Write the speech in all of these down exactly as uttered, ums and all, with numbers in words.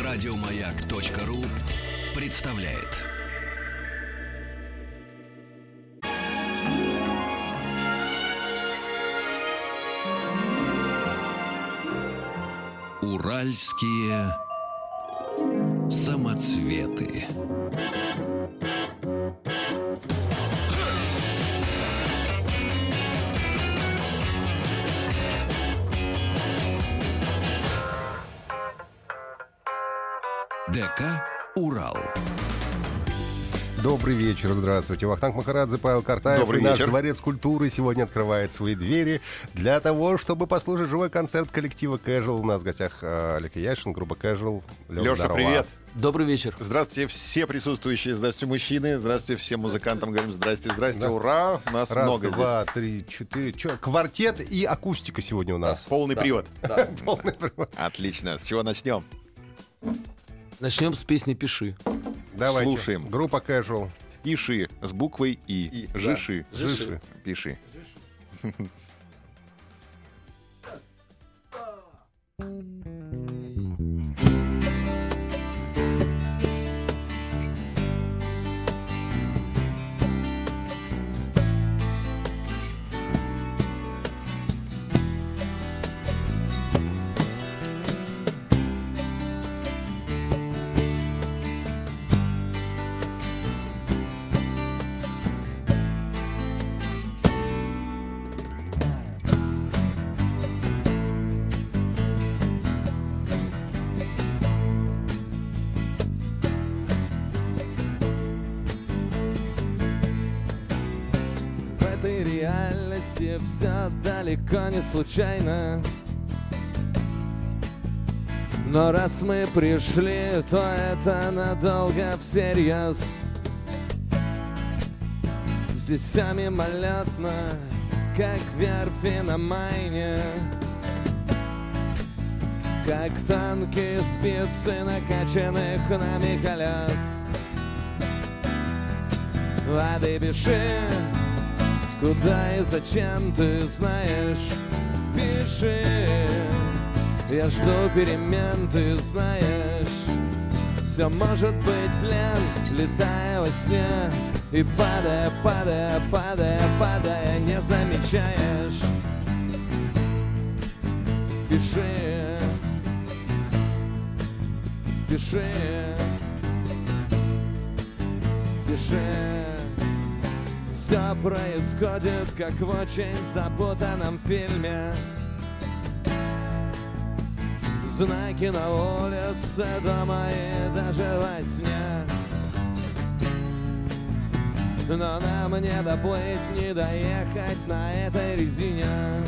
Радиомаяк.ру представляет. Уральские самоцветы. ДК «Урал». Добрый вечер, здравствуйте. Вахтанг Махарадзе, Павел Картаев. Добрый и наш вечер. Дворец культуры сегодня открывает свои двери для того, чтобы послушать живой концерт коллектива Casual. У нас в гостях э, Олег Яшин, группа Casual. Леша, здорово. привет. Добрый вечер. Здравствуйте все присутствующие, здравствуйте мужчины, здравствуйте всем музыкантам, говорим здрасте, здрасте, Да. ура, у нас Раз, много два, три, четыре. Чё, квартет и акустика сегодня у нас. здесь. Полный привод. Полный привод. Отлично, с чего начнем? Начнем с песни «Пиши». Давайте. Слушаем. Группа Casual. Иши с буквой И. И, да. Жиши. Жиши. Пиши. В этой реальности все далеко не случайно. Но раз мы пришли, то это надолго всерьез. Здесь все мимолетно, как верфи на майне, как тонкие спицы накачанных нами колес. А ты пиши, куда и зачем ты знаешь, пиши. Я жду перемен, ты знаешь. Все может быть тлен, летая во сне, и падая, падая, падая, падая, не замечаешь. Пиши, пиши, пиши. Все происходит, как в очень запутанном фильме. Знаки на улице, дома и даже во сне. Но нам не доплыть, не доехать на этой резине.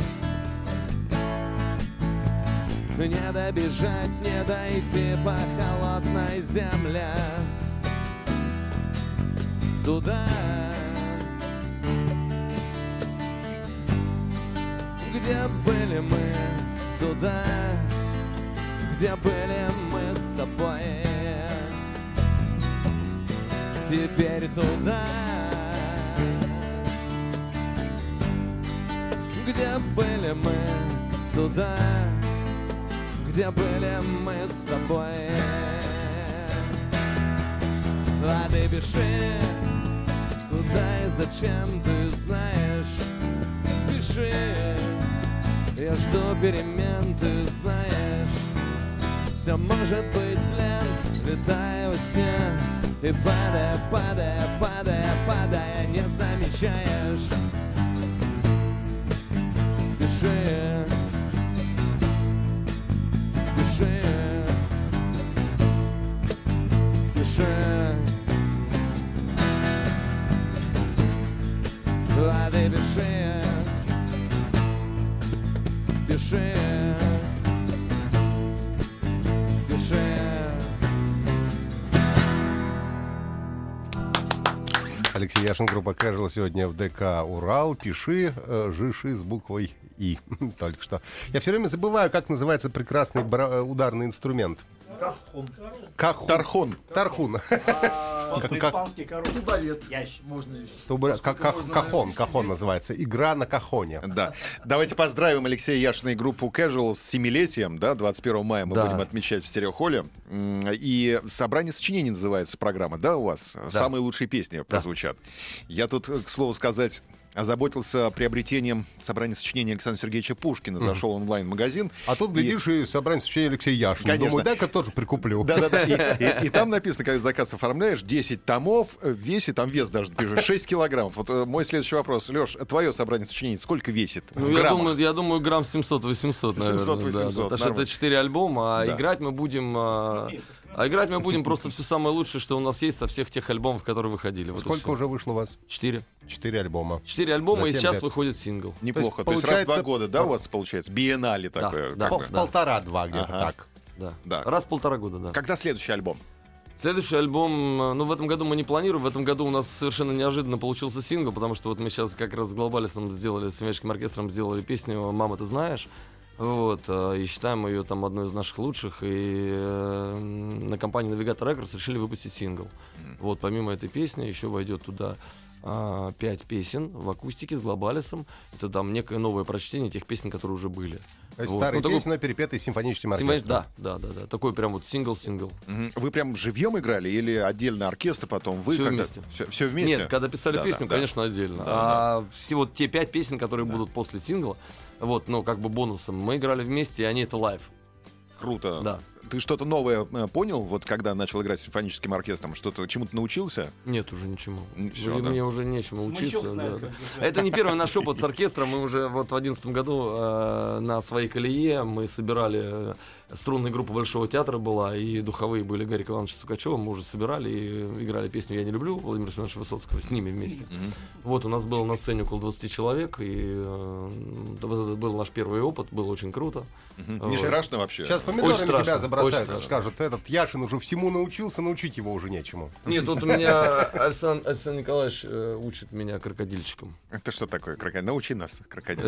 Не добежать, не дойти по холодной земле туда, где были мы, туда, где были мы с тобой. Теперь туда, где были мы, туда, где были мы с тобой. А ты пиши, куда и зачем ты знаешь, пиши. Я жду перемен, ты знаешь. Все может быть тлен, летая во сне, и падая, падая, падая, падая, не замечаешь. Пиши, пиши, пиши. А ты пиши, пиши, пиши. Алексей Яшин, группа Casual сегодня в ДК «Урал». Пиши, э, жиши с буквой «И». Только что. Я все время забываю, как называется прекрасный бра- ударный инструмент. Кахон. Кахон. Тархон. Тархун. А, Как- по-испански король. Тубалет. Ящик. Можно еще. Тубра- ка- ка- Кахон. Кахон называется. Игра на кахоне. Да. Давайте поздравим Алексея Яшина и группу Casual с семилетием. Да, двадцать первого мая мы Да. будем отмечать в Стереохолле. М, И «Собрание сочинений» называется программа. Да, у вас? Самые лучшие песни прозвучат. Я тут, к слову сказать, озаботился приобретением собрания сочинений Александра Сергеевича Пушкина. Зашел в онлайн-магазин. А тут, глядишь, и собрание сочинения Алексея Яшина. Конечно. Думаю, дай-ка тоже прикуплю. Да-да-да. И, и- и там написано, когда заказ оформляешь, десять томов, э, весит, там вес даже пишет, шесть килограммов. Вот э, мой следующий вопрос. Леш, твое собрание сочинений сколько весит? Ну, в я граммах? думаю, я думаю, грамм семьсот-восемьсот, наверное. семьсот-восемьсот, да, да. Потому что нормально. это четыре альбома, а Да. играть мы будем... А, а играть мы будем просто все самое лучшее, что у нас есть со всех тех альбомов, которые выходили. Вот и Сколько всё. уже вышло у вас? Четыре. Четыре альбома. Четыре альбома, За и семь сейчас лет. выходит сингл. Неплохо. То То есть есть, раз в два получается- года, да, у вас получается? Биеннале Да, такое. да. как Пол- бы. в полтора-два где-то Ага. так. Да. Да. Раз в полтора года, да. Когда следующий альбом? Следующий альбом, э, ну, в этом году мы не планируем. В этом году у нас совершенно неожиданно получился сингл, потому что вот мы сейчас как раз с Глобалисом сделали, с симфоническим оркестром сделали песню «Мама, ты знаешь». Вот, э, и считаем ее там одной из наших лучших. И э, на компании Навигатор Records решили выпустить сингл. Вот, помимо этой песни еще войдет туда а, пять песен в акустике с Глобалисом. Это там некое новое прочтение тех песен, которые уже были. То есть Вот. старые Ну, такой- песни, перепетые симфоническим Симфони- оркестром. Да, да, да, да. Такой прям вот сингл-сингл. Мгм. Вы прям живьем играли или отдельно оркестр потом? Вы Всё когда- вместе. Все, все вместе? Нет, когда писали Да, песню, да, да. конечно, отдельно. Да, а все вот те пять песен, которые будут после сингла, вот, ну, как бы бонусом, мы играли вместе, и они это лайв. Круто. Да. Ты что-то новое э, понял, вот когда начал играть с симфоническим оркестром? Что-то чему-то научился? Нет уже ничего. М, всё, Мне да. мне уже нечему Смычок учиться. знает, да, да. как играть. Это не первый наш опыт с оркестром. Мы уже вот в одиннадцатом году э, на своей колее мы собирали э, струнная группа Большого театра была, и духовые были Гарик Иванович Сукачева. Мы уже собирали и играли песню «Я не люблю» Владимира Семеновича Высоцкого с ними вместе. Вот у нас было на сцене около двадцати человек, и э, вот это был наш первый опыт, было очень круто. Мгм. Не Вот. страшно вообще? Сейчас помидорами Очень страшно, тебя забросают, очень страшно. скажут, этот Яшин уже всему научился, научить его уже нечему. Нет, тут у меня Александр, Александр Николаевич э, учит меня крокодильчиком. Это что такое, крокодил? Научи нас, крокодил.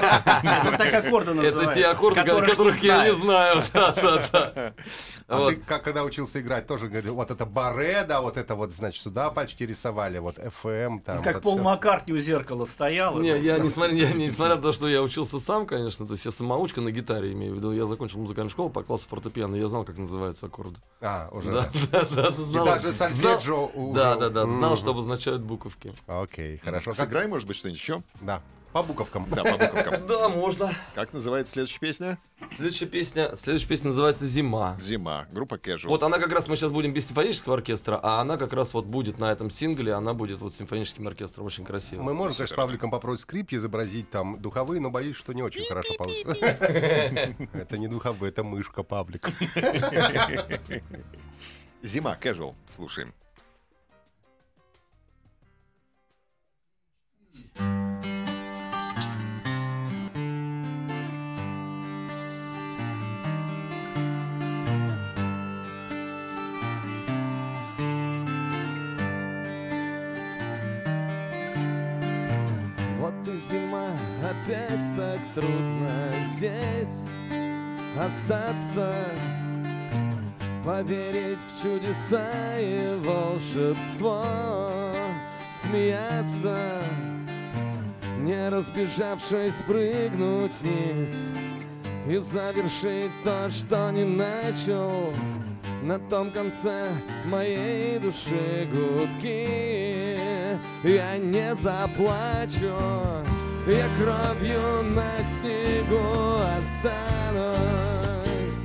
Вот так аккорды называют. Это те аккорды, которых которых не я не знаю. знаю. Да, да, да. А Вот. ты, как когда учился играть, тоже говорил, вот это баре, да, вот это вот, значит, сюда пальчики рисовали, вот эф эм, там. Как вот Пол всё. Маккартни у зеркала стоял. Не, я несмотря, я, несмотря на то, что я учился сам, конечно, то есть я самоучка на гитаре имею в виду, я закончил музыкальную школу по классу фортепиано, я знал, как называются аккорды. А, уже. Да, да, да, да, знал. даже сольфеджио Знал- уже- Да, да, да, знал, Мгм. что обозначают буковки. Окей, хорошо. Как- Сыграй, может быть, что-нибудь еще? Да, по буковкам. Да, по буковкам. Да, можно. Как называется следующая песня? Следующая песня, следующая песня называется «Зима». «Зима». Группа Casual. Вот она как раз, мы сейчас будем без симфонического оркестра, а она как раз вот будет на этом сингле, она будет вот с симфоническим оркестром, очень красиво. Мы можем, конечно, с Павликом попробовать скрипки изобразить там духовые, но боюсь, что не очень хорошо получится. Это не духовые, это мышка, Павлик. «Зима», Casual. Слушаем. Вот и зима, опять так трудно здесь остаться, поверить в чудеса и волшебство, смеяться, не разбежавшись, прыгнуть вниз и завершить то, что не начал. На том конце моей души гудки. Я не заплачу, я кровью на снегу останусь,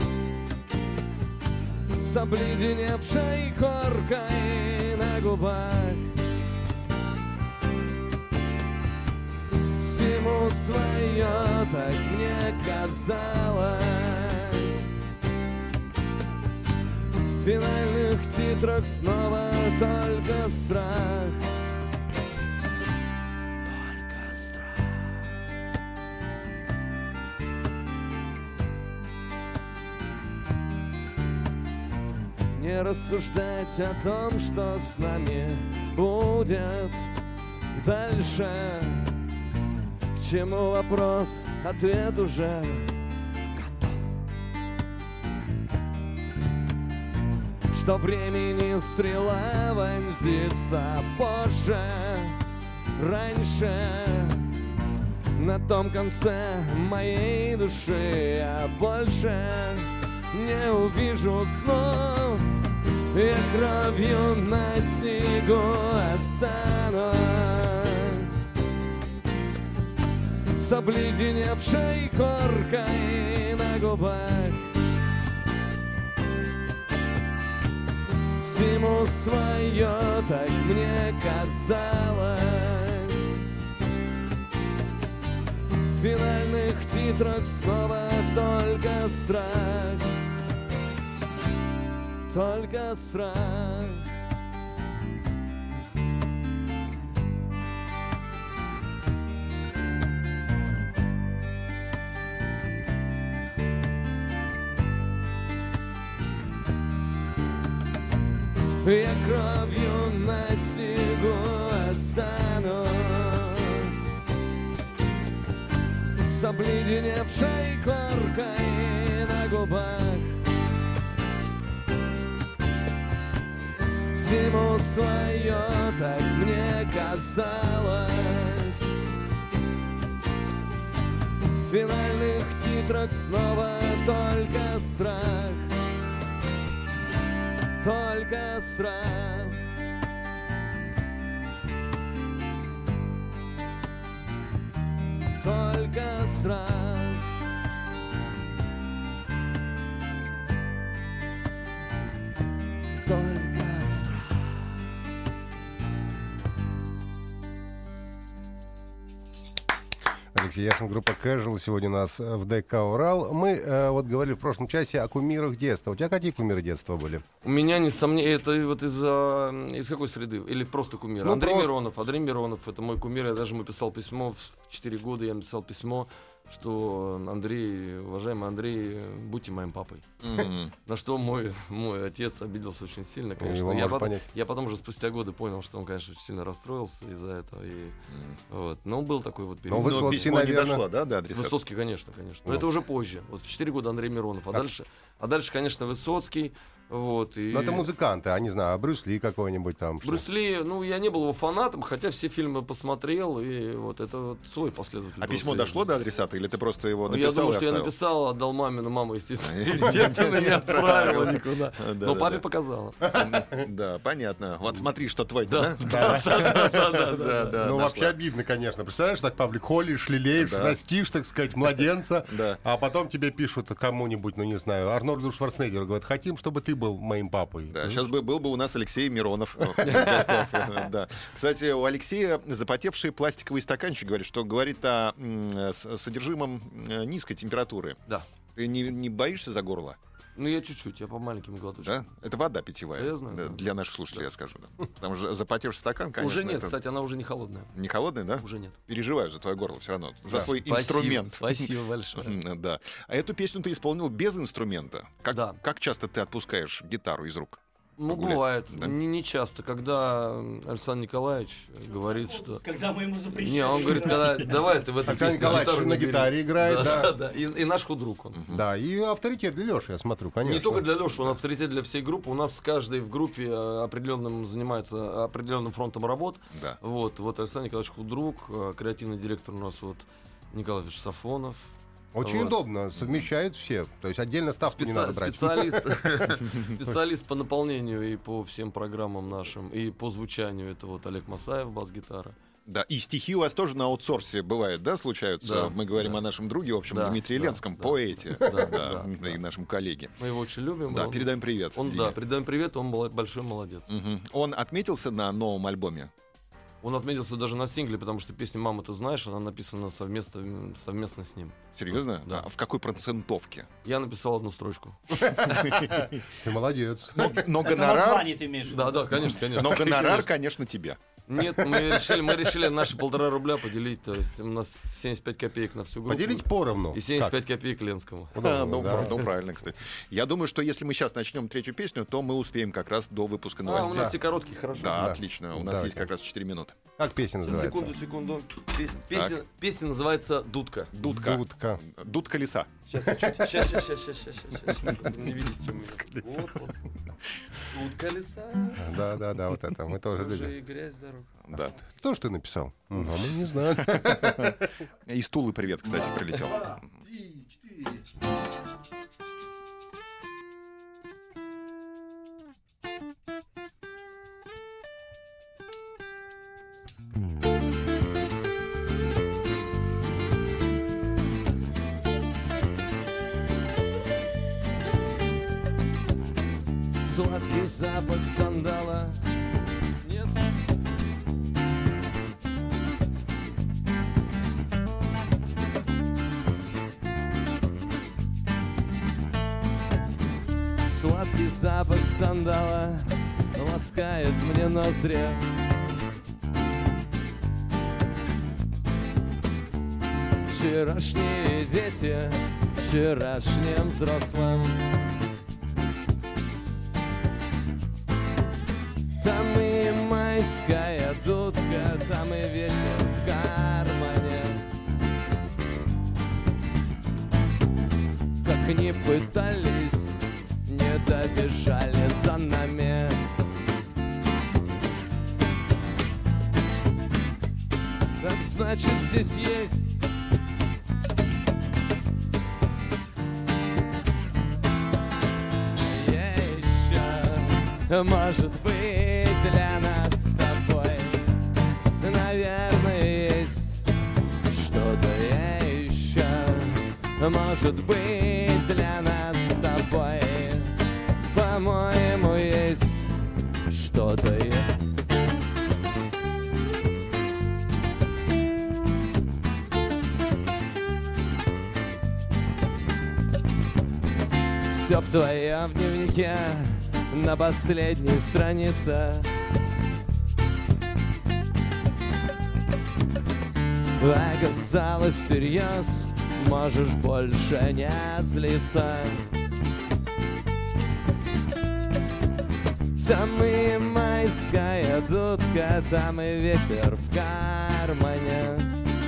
с обледеневшей коркой на губах. Всему свое, так мне казалось. В финальных титрах снова только страх. Только страх. не рассуждать о том, что с нами будет дальше. К чему вопрос, ответ уже готов. Что времени стрела вонзится позже, раньше. На том конце моей души я больше не увижу снов. Я кровью на снегу останусь, с обледеневшей коркой на губах. Всему свое, так мне казалось. В финальных титрах снова только страх, только страх. Я кровью на снегу останусь, с обледеневшей коркой на губах. Всему свое, так мне казалось. В финальных титрах снова только страх, только страх. Только страх. Только страх. Алексей Яшин, группа Casual, сегодня у нас в ДК «Урал». Мы э, вот говорили в прошлом часе о кумирах детства. У тебя какие кумиры детства были? У меня, несомненно, это вот из-за... Из какой среды? Или просто кумир? Ну, Андрей просто... Миронов. Андрей Миронов, это мой кумир. Я даже ему писал письмо в четыре года. Я написал письмо, что Андрей, уважаемый Андрей, будьте моим папой. Мгм. На что мой, мой отец обиделся очень сильно, конечно. его Я можно потом, понять. я потом уже спустя годы понял, что он, конечно, очень сильно расстроился из-за этого. И, вот. Но был такой вот период. Ну, Но Высоцкий, письмо не наверное. дошло, да, до адресата? Высоцкий, конечно, конечно. Но Ну. это уже позже. Вот в четыре года Андрей Миронов. А, А- дальше, а дальше, конечно, Высоцкий. Вот, и... Ну, это музыканты, а не знаю, а Брюс Ли какой-нибудь там. что? Брюс Ли, ну, я не был его фанатом, хотя все фильмы посмотрел, и вот это вот свой последователь. А был письмо своей дошло жизни. до адресата, или ты просто его Ну, написал я думаю, и что я оставил? написал, отдал маме, но мама, естественно, Естественно, естественно, не не отправила отправила. никуда. Да, Но да, папе да. показала. Да, понятно. Вот смотри, что твой, Да. да? Да-да-да. Да, да, Ну, нашла. вообще обидно, конечно. Представляешь, так паблик холишь, лелеешь, Да. растишь, так сказать, младенца, Да. а потом тебе пишут кому-нибудь, ну, не знаю, Арнольду Шварценеггеру, говорят, хотим, чтобы ты был моим папой. Да, сейчас бы был бы у нас Алексей Миронов. в гостях. Да. Кстати, у Алексея запотевший пластиковый стаканчик говорит, что говорит о м, с- содержимом э, низкой температуры. Да. Ты не, не боишься за горло? Ну, я чуть-чуть, я по маленьким глоточкам. Да? Это вода питьевая. Да, я знаю, Да, да. Для наших слушателей я скажу. Да. Потому что запотевший стакан, конечно, Уже нет, это кстати, она уже не холодная. не холодный, да? Уже нет. Переживаю за твое горло все равно. За Да. свой Спасибо, инструмент. Спасибо большое. М, Да. А эту песню ты исполнил без инструмента. Как, Да. как часто ты отпускаешь гитару из рук? Ну, Погулять, бывает. да? Не, не часто. Когда м, Александр Николаевич говорит, что... Когда мы ему запрещаем. Не, он говорит, когда... Давай ты в этом Александр Николаевич на гитаре играет, да. Да, да. И, и наш худрук он. Да, и авторитет для Леши, я смотрю, конечно. Не только для Леши, он авторитет для всей группы. У нас каждый в группе э, определенным занимается определенным фронтом работ. Да. Вот, вот Александр Николаевич Худрук, э, креативный директор у нас вот Николай Ильич Сафонов. Очень Вот. удобно, совмещают все. То есть отдельно ставку не Спеца- надо брать. Специалист, специалист по наполнению и по всем программам нашим, и по звучанию. Это вот Олег Масаев, бас-гитара. Да, и стихи у вас тоже на аутсорсе бывают, да, случаются? Да, Мы говорим да. о нашем друге, в общем, Да, Дмитрии да, Ленском, да. поэте, Да, да, да, да, да. и нашем коллеге. Мы его очень любим. Да, он, передаем привет. он, Диме. да, передаем привет, он был большой молодец. Мгм. Он отметился на новом альбоме? Он отметился даже на сингле, потому что песня «Мама, ты знаешь», она написана совместно, совместно с ним. Серьезно? Да. А в какой процентовке? Я написал одну строчку. Ты молодец. Но Это гонорар, название ты имеешь в виду? Да, да, конечно, конечно. но гонорар, конечно, тебе. Нет, мы решили, мы решили наши полтора рубля поделить. То есть у нас семьдесят пять копеек на всю группу. Поделить поровну. И семьдесят пять копеек Ленскому. А, ну, да. ну, правильно, кстати. Я думаю, что если мы сейчас начнем третью песню, то мы успеем как раз до выпуска новостей. А, у нас все короткие, хорошо. Да, Да. отлично. У нас Давайте. есть как раз четыре минуты. Как песня называется? Секунду, секунду. Пес- Песня, песня называется «Дудка». Дудка. Дудка. Дудка леса. Сейчас, сейчас, сейчас, сейчас, сейчас, сейчас, сейчас. Не видите у меня. Вот, вот. Дудка леса. Да, да, да, вот это. Мы тоже любим. Уже и грязь дорог. Да. Кто ж ты написал? Ну, а мы не знаем. И Стулы привет, кстати, прилетел. Три, четыре. Сладкий запах сандала. Нет. Сладкий запах сандала ласкает мне ноздри. Вчерашние дети вчерашним взрослым. Там и майская дудка, там и ветер в кармане. Как ни пытались, не добежали за нами. Так значит здесь есть еще, может быть, для нас с тобой, наверное, есть что-то еще. Может быть, для нас с тобой, по-моему, есть что-то еще. Все в твоем дневнике на последней странице. Оказалось всерьез, можешь больше не злиться. Там и майская дудка, там и ветер в кармане.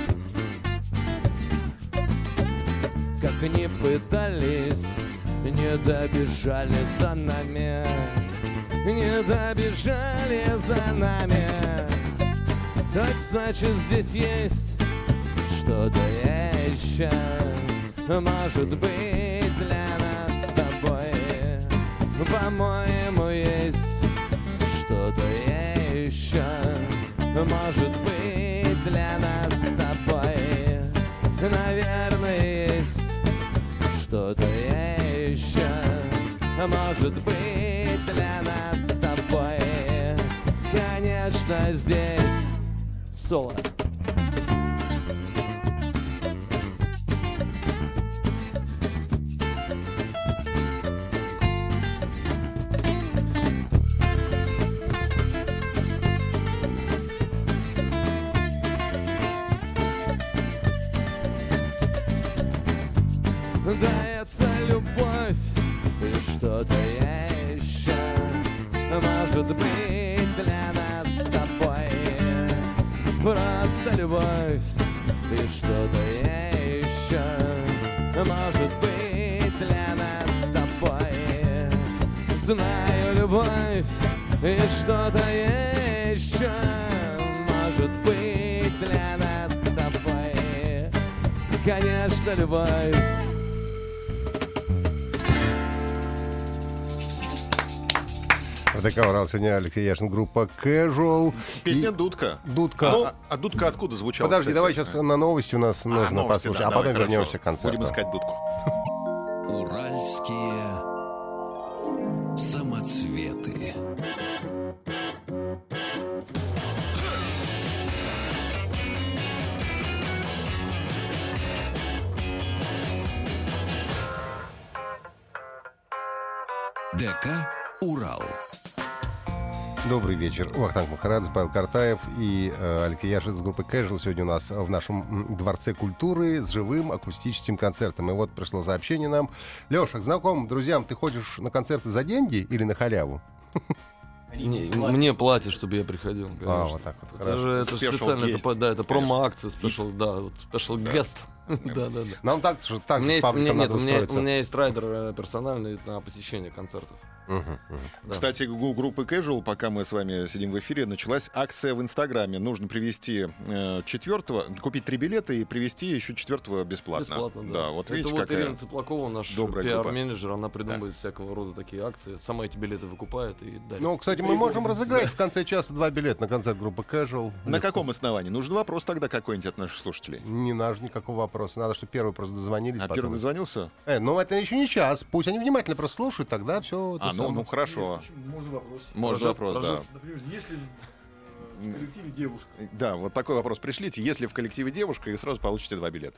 Как ни пытались, не добежали за нами, не добежали за нами. Так значит здесь есть что-то еще. Может быть, для нас с тобой, по-моему, есть что-то еще. Может быть, для нас с тобой, наверное, есть что-то еще. Может быть, для нас с тобой, конечно, здесь соло. Да, это любовь и что-то еще. Может быть, для нас с тобой просто любовь и что-то еще. Может быть, для нас с тобой, знаю, любовь и что-то еще. Может быть, для нас с тобой, конечно, любовь. ДК «Урал» сегодня Алексей Яшин, группа Casual. Песня И- «Дудка». Дудка. А, а Дудка откуда звучала? Подожди, кстати? давай сейчас на новости у нас А, нужно новости, послушать, да, а потом давай, вернемся хорошо. к концерту. Будем искать Дудку. Уральские самоцветы. ДК «Урал». Добрый вечер. Вахтанг Махарадзе, Павел Картаев и э, Алексей Яшин с группы Casual сегодня у нас в нашем Дворце культуры с живым акустическим концертом. И вот пришло сообщение нам. Леша, к знакомым друзьям, ты ходишь на концерты за деньги или на халяву? Не, мне платят, чтобы я приходил. Конечно. А, вот так вот. Это Хорошо. же это Special специально, guest. это, да, это промо-акция, спешл, да, вот спешл гест. Да, да, да. Нам так, что так У меня с есть, у меня, пабликом нет, надо у меня, у устроиться. меня есть райдер э, персональный на посещение концертов. Мгм, мгм. Да. Кстати, у группы Casual, пока мы с вами сидим в эфире, началась акция в Инстаграме. Нужно привезти э, четвертого, купить три билета и привезти еще четвертого бесплатно. Бесплатно, да. Да, вот это видите, вот какая... Ирина Цыплакова, наш добрая пиар-менеджер, она придумывает всякого рода такие акции. Сама эти билеты выкупает и дарит. Ну, кстати, мы можем разыграть в конце часа два билета на концерт группы Casual. На каком основании? Нужен вопрос тогда какой-нибудь от наших слушателей. Не надо никакого вопроса. Надо, чтобы первый просто дозвонились. А потом. первый дозвонился? Э, ну это еще не час. Пусть они внимательно просто слушают, тогда все. А, ну, ну хорошо. Можно вопрос. Можно вопрос, да. Например, если в коллективе девушка. Да, вот такой вопрос пришлите. Если в коллективе девушка, и сразу получите два билета.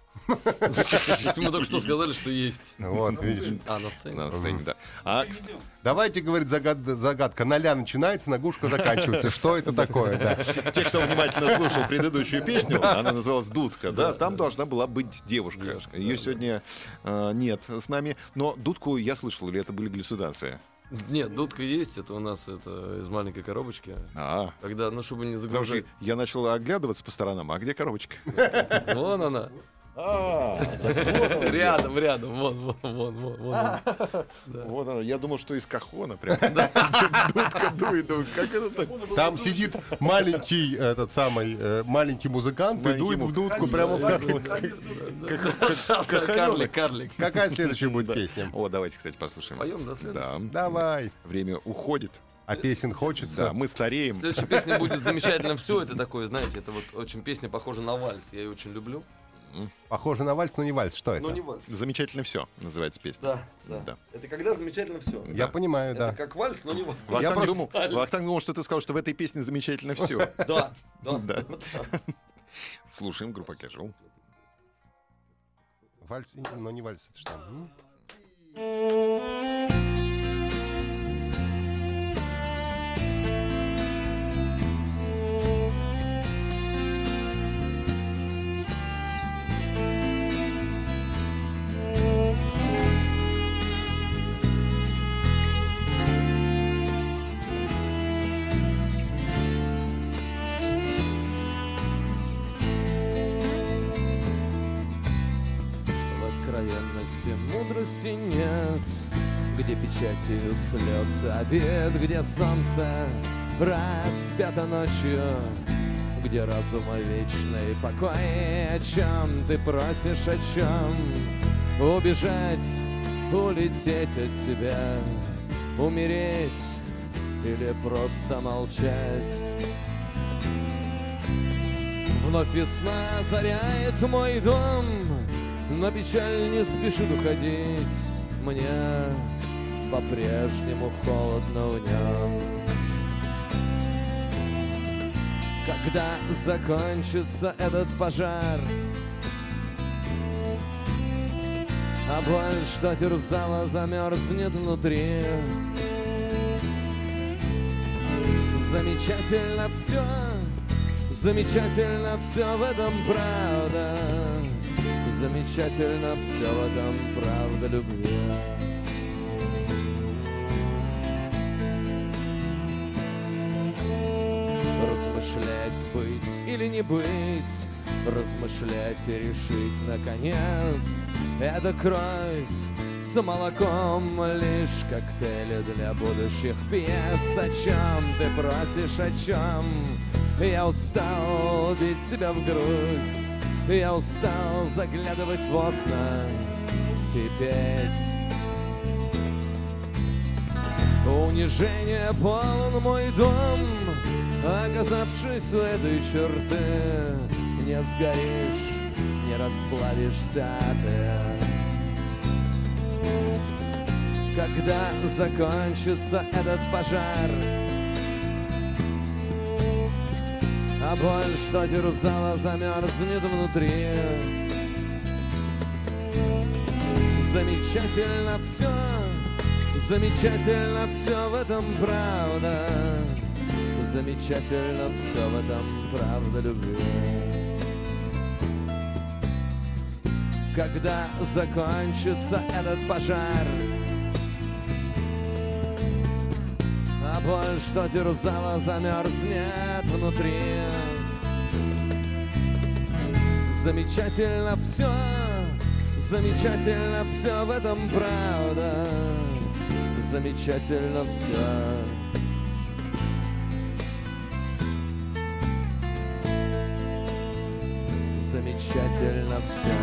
Мы только что сказали, что есть. Вот, видишь. А, на сцене. На сцене, да. А, кс- Давайте, говорит загад- загадка. Ноля начинается, нагушка заканчивается. Что это такое? Да. те, кто внимательно слушал предыдущую песню, она называлась «Дудка», да, там должна была быть девушка. Ее сегодня э, нет с нами. Но Дудку я слышал, или это были галлюцинации? Нет, дудка есть, это у нас это из маленькой коробочки. А, Когда, ну, чтобы не потому что загружать. я начал оглядываться по сторонам. А где коробочка? Вон она. А, так вот она где. Рядом, рядом. Вон, вон, вон, вон. вон она. Вот она. Я думал, что из кахона прям. Дудка дует. Думаю, как это так? Там сидит маленький этот самый э, маленький музыкант и Маленький дует в муз- дудку прямо в кахон. Карлик, карлик. Какая следующая будет песня? О, давайте, кстати, послушаем. Поем, да, следующий? Да. Давай. Время уходит. А песен Да, хочется? мы стареем. Следующая песня будет замечательно все. Это такое, знаете, это вот очень песня похожа на вальс. Я ее очень люблю. Похоже на вальс, но не вальс. Что это? Но не вальс. Замечательно все называется песня. Да, да, Да. Это когда замечательно все. Я понимаю, Это да. как вальс, но не вальс. Я Вахтанг просто- думал, Вахтанг думал, что ты сказал, что в этой песне замечательно все. Да, да. Да. Слушаем группа Casual. Вальс, но не вальс. Это что? М? В откровенности мудрости нет, где печати слез обид, где солнце распято ночью, где разума вечный покой. О чем ты просишь, о чем? Убежать, улететь от тебя, умереть или просто молчать? Вновь весна озаряет мой дом, но печаль не спешит уходить. Мне по-прежнему холодно в нем. Когда закончится этот пожар, а боль, что терзала, замерзнет внутри. Замечательно все, замечательно все в этом правда. Замечательно все в этом правда любви. Размышлять, быть или не быть, размышлять и решить наконец. Это кровь с молоком, лишь коктейли для будущих пьес. О чем ты просишь, о чем? Я устал бить себя в грудь, я устал заглядывать в окна и петь. Унижение полон мой дом, оказавшись у этой черты. Не сгоришь, не расплавишься ты. Когда закончится этот пожар, а боль, что терзала, замерзнет внутри. Замечательно все, замечательно все в этом правда. Замечательно все в этом, правда, любви. Когда закончится этот пожар, а боль, что терзала, замерзнет внутри. Замечательно все, замечательно все в этом, правда. Замечательно все. Замечательно все.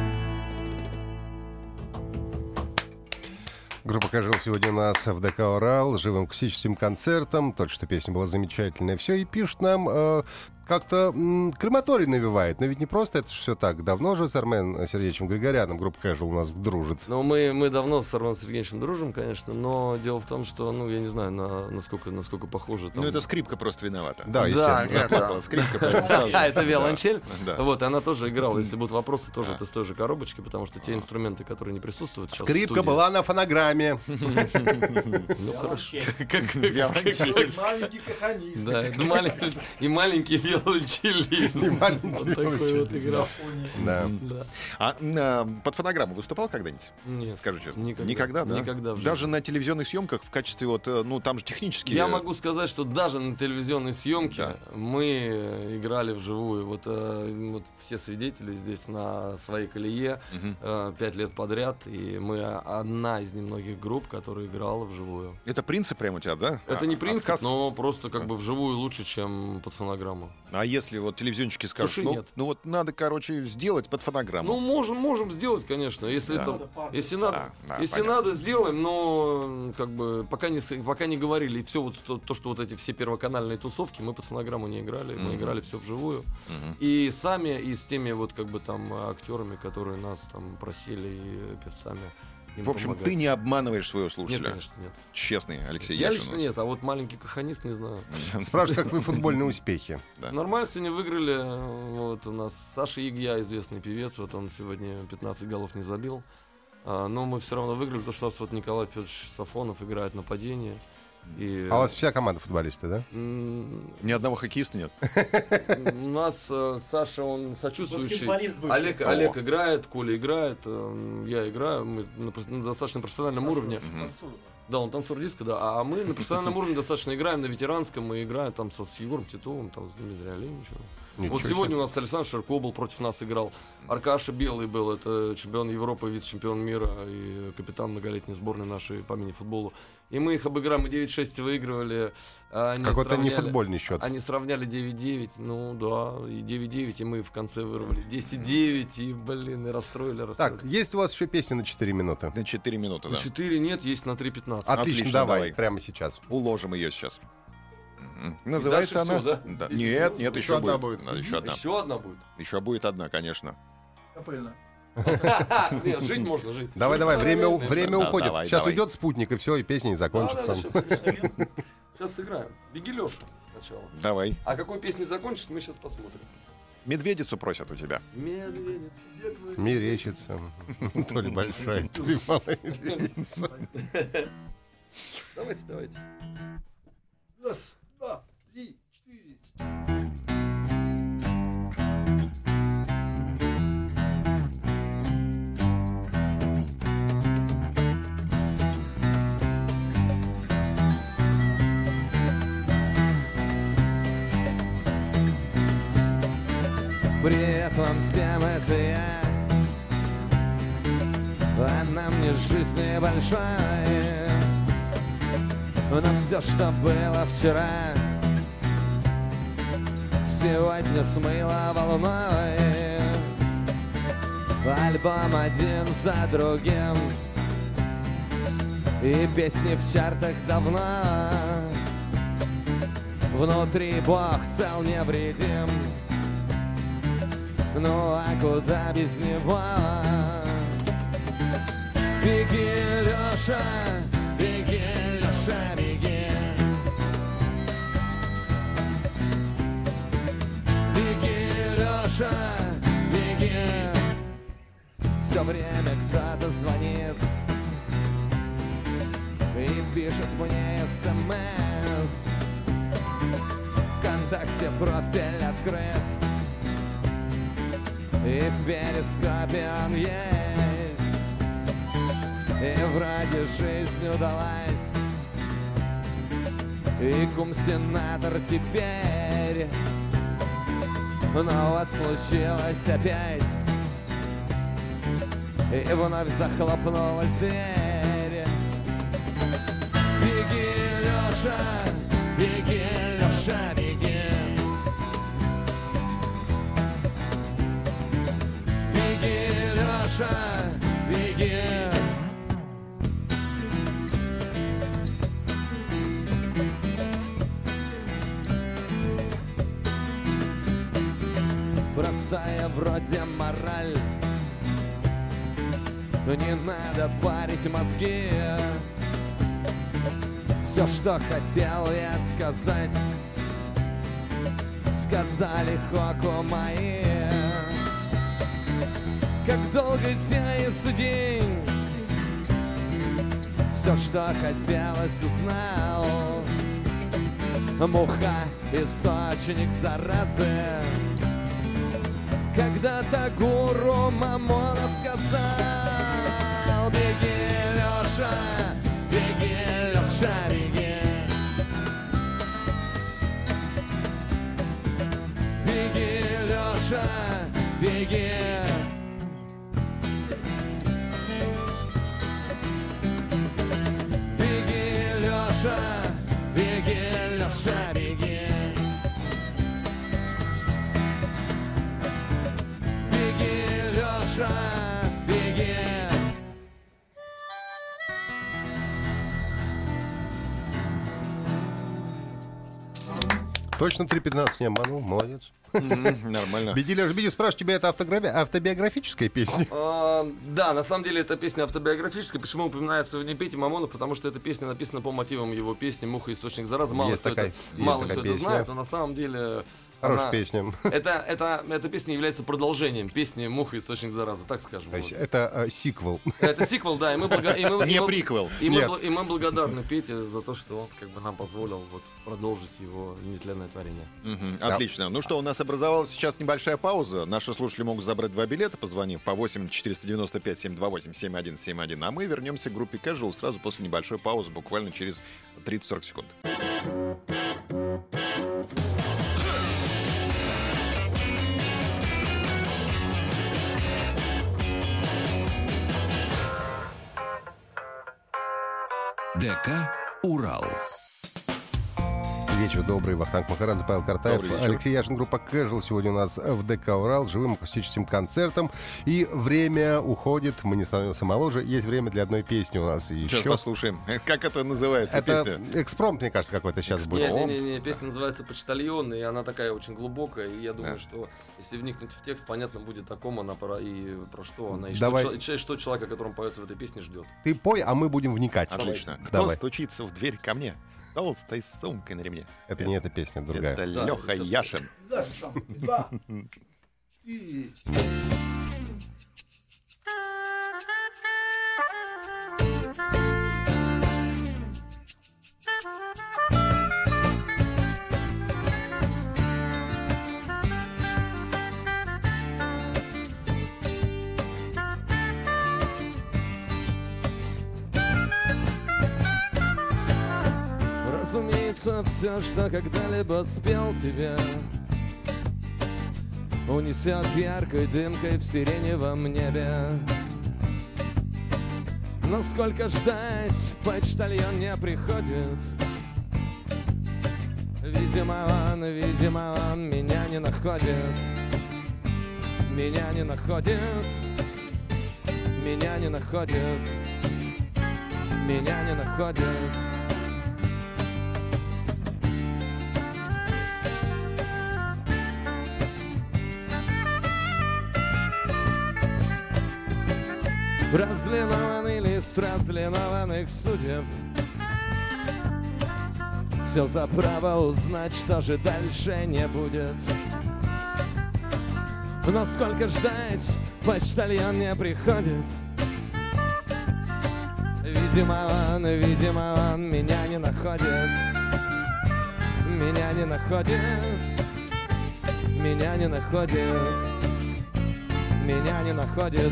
Группа Casual сегодня у нас в ДК «Урал» с живым акустическим концертом. Только что песня была замечательная. Все, и пишут нам... Э, как-то м- крематорий навевает. Но ведь не просто это все так. Давно же с Арменом Сергеевичем Григоряном группа Casual у нас дружит. Ну, мы, мы давно с Арменом Сергеевичем дружим, конечно, но дело в том, что, ну, я не знаю, на, насколько, насколько похоже. Там... Ну, это скрипка просто виновата. Да, естественно. Да, скрипка. А, это виолончель. Да. Вот, и она тоже играла. Если будут вопросы, тоже это с той же коробочки, потому что те инструменты, которые не присутствуют сейчас в Скрипка студии- была на фонограмме. Ну, хорошо. Как виолончель. Маленький каханист. Да, это маленький- и маленький виолончелист. маленький Вот такой виолончелист. вот играл. Да. Да. А а, под фонограмму выступал когда-нибудь? Нет. Скажу честно. Никогда. Никогда, да? Никогда в жизни. Даже на телевизионных съемках в качестве вот, э, ну, там же технически... Я могу сказать, что даже на телевизионной съемке Да. мы играли вживую. Вот, э, вот все свидетели здесь на своей колее Мгм. э, пять лет подряд, и мы одна из немногих групп, которая играла вживую. Это принцип прямо у тебя, да? Это А- не принцип, отказ? но просто как бы вживую лучше, чем под фонограмму. А если вот телевизионщики скажут, Души ну, нет. ну вот надо, короче, сделать под фонограмму. Ну, можем, можем сделать, конечно, если Да. это, если надо, Да, да, если понятно. надо, сделаем, но как бы пока не, с- пока не говорили, и все вот то, то, что вот эти все первоканальные тусовки, мы под фонограмму не играли, мы Мгм. играли все вживую. Мгм. И сами, и с теми вот как бы там актерами, которые нас там просили, и певцами. им В общем, помогать. ты не обманываешь своего Нет, слушателя. конечно, нет. Честный Алексей Я Яшин лично у нас. нет, а вот маленький каханист не знаю. Спрашивают, как вы футбольные успехи. Да. Нормально сегодня выиграли. Вот у нас Саша Ягья, известный певец, вот он сегодня пятнадцать голов не забил. А, но мы все равно выиграли, потому что у нас вот Николай Федорович Сафонов играет нападение. И, А у вас вся команда футболисты, да? м, Ни одного хоккеиста нет. у нас э, Саша, он сочувствующий. Баскетболист бывший. Олег, О. Олег играет, Коля играет, э, я играю, мы на, прос- на достаточно профессиональном уровне. Мгм. Да, он танцор диска, да. А мы на профессиональном уровне достаточно играем, на ветеранском мы играем там со, с Егором Титовым, там с Дмитрием Оленичем. Ничего Вот себе. сегодня у нас Александр Ширко был против нас играл. Аркаша Белый был, это чемпион Европы, вице-чемпион мира и капитан многолетней сборной нашей по мини-футболу. И мы их обыграем, мы девять шесть выигрывали. а они Какой-то не сравняли- футбольный счет. Они сравняли девять девять, ну да, и девять девять, и мы в конце вырвали десять девять, и, блин, и расстроили, расстроили. Так, есть у вас еще песня на четыре минуты? На четыре минуты, На да. четыре нет, есть на три пятнадцать. Отлично, Отлично, давай, давай. прямо сейчас. Уложим ее сейчас. Мгм. Называется дальше она... всё, Да. Нет, нет, Еще еще одна будет. будет. Да, еще одна. Еще одна будет. Еще будет одна, конечно. Капельно. Нет, жить можно, жить. Давай, Жить давай, время, у- параллельно, время да, уходит. давай, Сейчас давай. уйдет спутник, и все, и песня не закончится. Сейчас сыграем. Беги, Леша, сначала. Давай. А какой песни закончится, мы сейчас посмотрим. Медведицу просят у тебя. Медведица. Мерещится. То ли большая, то ли малая медведица. Давайте, давайте. Раз, два, три, четыре. Привет вам всем, это я. Она мне жизни большая, но все, что было вчера, сегодня смыло волной. Альбом один за другим, и песни в чартах давно. Внутри Бог цел невредим, ну а куда без него? Беги, Леша, беги, Леша, беги. Беги, Леша, беги. Все время кто-то звонит и пишет мне смс. ВКонтакте профиль открыт, и в перископе он есть, и вроде жизнь удалась, и кум-сенатор теперь. Но вот случилось опять, и вновь захлопнулась дверь. Беги, Леша, беги, Леша, беги. Беги, Леша, беги. Простая вроде мораль, не надо парить мозги. Все, что хотел я сказать, сказали хоку мои. Как долго тянется день, все, что хотелось, узнал. Муха — источник заразы. Когда-то гуру Мамонов сказал: беги, Леша, беги, Леша, беги. Беги, Леша, беги. Беги, Леша, беги, Леша, беги. Леша, беги. Точно три пятнадцать не обманул, молодец. Нормально. Беги, Леша, беги. Спрашиваю, тебя это автографи- автобиографическая песня? А, да, на самом деле эта песня автобиографическая. Почему упоминается в ней Петя Мамонов? Потому что эта песня написана по мотивам его песни «Муха. Источник заразы». Мало Есть кто, такая- это, есть мало такая кто это песня. знает, но на самом деле... Хорошая она- песня. Это, это, эта песня является продолжением песни «Муха. Источник заразы», так скажем. То есть Вот. это э, сиквел. Это сиквел, да, и мы, блага- и мы- и Не мы- приквел. И мы, Нет. бл- и мы благодарны Пете за то, что он как бы нам позволил вот продолжить его нетленное творение. Мгм, Отлично. Ну что, у нас образовалась сейчас небольшая пауза. Наши слушатели могут забрать два билета, позвонив по восемь четыреста девяносто пять семь два восемь семь один семь один. А мы вернемся к группе Casual сразу после небольшой паузы, буквально через тридцать-сорок секунд. ДК «Урал». Вечер добрый. Вахтанг Махарадзе, Павел Картаев, Добрый вечер. Алексей Яшин, группа Casual. Сегодня у нас в ДК «Урал» живым акустическим концертом. И время уходит. Мы не становимся моложе. Есть время для одной песни у нас еще. Сейчас послушаем. Как это называется, Это песня? экспромт, мне кажется, какой-то сейчас будет. Не-не-не, песня называется «Почтальон», и она такая очень глубокая, и я думаю, Да. что если вникнуть в текст, понятно будет, о ком она про, и про что она, и Давай. что, чел- что человек, о котором поется в этой песне, ждет. Ты пой, а мы будем вникать. Отлично. Кто Давай. стучится в дверь ко мне? С толстой сумкой на ремне. Это не эта песня, другая. Это Да, Леха сейчас- Яшин. Раз, там, два, четыре. Разумеется, все, что когда-либо спел тебе, унесет яркой дымкой в сиреневом небе. Но сколько ждать, почтальон не приходит. Видимо, он, видимо, он меня не находит. Меня не находит. Меня не находит. Меня не находит. Разлинованный лист разлинованных судеб. Все за право узнать, что же дальше не будет. Но сколько ждать, почтальон не приходит. Видимо, он, видимо, он меня не находит. меня не находит, меня не находит, меня не находит.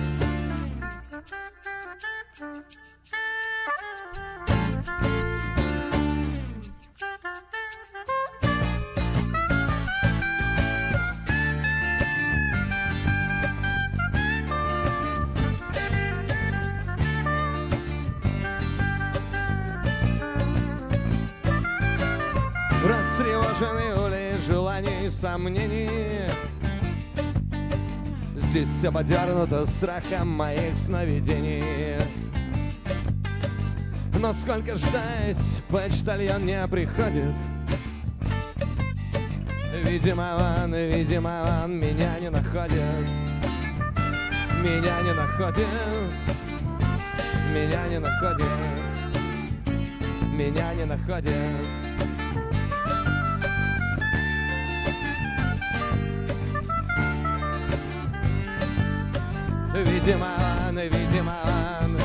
Растревоженный улей желаний и сомнений, здесь все подернуто страхом моих сновидений. Но сколько ждать, почтальон не приходит. Видимо, он, видимо, он меня не находит. Меня не находит. Меня не находит. Меня не находит. Видимо, он, видимо, он.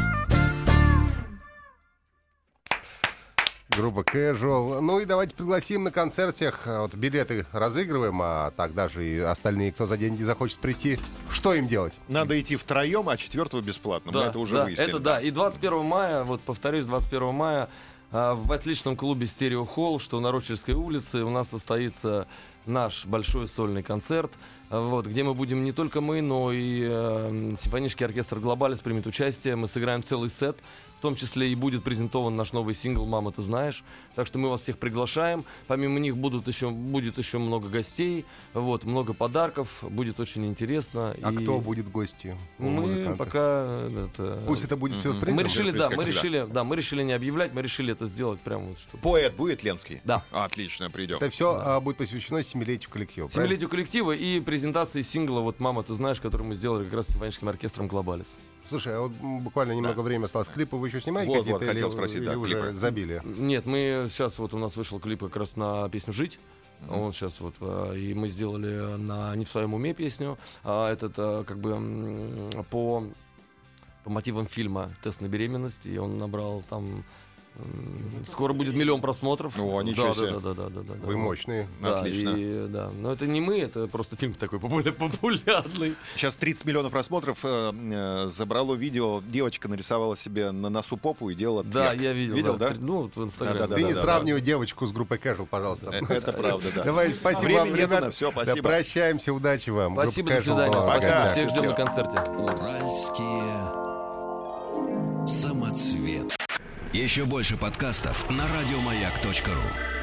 Группа Casual. Ну и давайте пригласим на концерт всех. Вот билеты разыгрываем, а так даже и остальные, кто за деньги захочет прийти. Что им делать? Надо идти втроем, а четвертого бесплатно. Да, Мы это уже да, выяснили. это да. И двадцать первого мая, вот повторюсь, двадцать первого мая а, в отличном клубе «Стерео Холл», что на Рочдельской улице, у нас состоится наш большой сольный концерт, вот, где мы будем не только мы, но и э, симфонический оркестр «Глобалис» примет участие. Мы сыграем целый сет. В том числе и будет презентован наш новый сингл «Мама, ты знаешь». Так что мы вас всех приглашаем. Помимо них будут еще, будет еще много гостей, вот, много подарков. Будет очень интересно. А и кто будет гостью? у мы музыкантов? пока... Это... Пусть это будет сюрпризом. Мы решили, да, мы как решили, да, мы решили не объявлять, мы решили это сделать прямо вот что. Поэт будет Ленский? Да. Отлично, придем. Это все а, будет посвящено семилетию коллектива. правильно? Семилетию коллектива и презентации сингла вот «Мама, ты знаешь», который мы сделали как раз с симфоническим оркестром «Глобалис». Слушай, а вот м, буквально немного времени осталось. Клипы вы еще снимаете Вот, какие-то? вот, хотел или, спросить, или да, уже клипы. забили? Нет, мы сейчас вот у нас вышел клип как раз на песню «Жить». Mm-hmm. Вот сейчас вот э, и мы сделали на «Не в своем уме» песню. А этот э, как бы м, по по мотивам фильма «Тест на беременность», и он набрал там м, скоро будет миллион просмотров. О, ничего да, себе. да, да, да, да, да, да. Вы мощные. Да, Отлично. и, да. Но это не мы, это просто фильм такой популя- популярный. Сейчас тридцать миллионов просмотров э, э, забрало видео. Девочка нарисовала себе на носу попу и делала Да, тверк. я видел. Видел, да? Три- Ну, вот в Инстаграме. Да-да-да. Ты не да, сравнивай девочку с группой Casual, пожалуйста. Э, Это правда, да. Давай, спасибо Времени вам, нету ребят. на всё, Да, спасибо. прощаемся, удачи вам. Спасибо, Группа до свидания. Casual была в Спасибо, гостях. всех ждем на концерте. Уральские самоцветы. Еще больше подкастов на радиомаяк точка ру.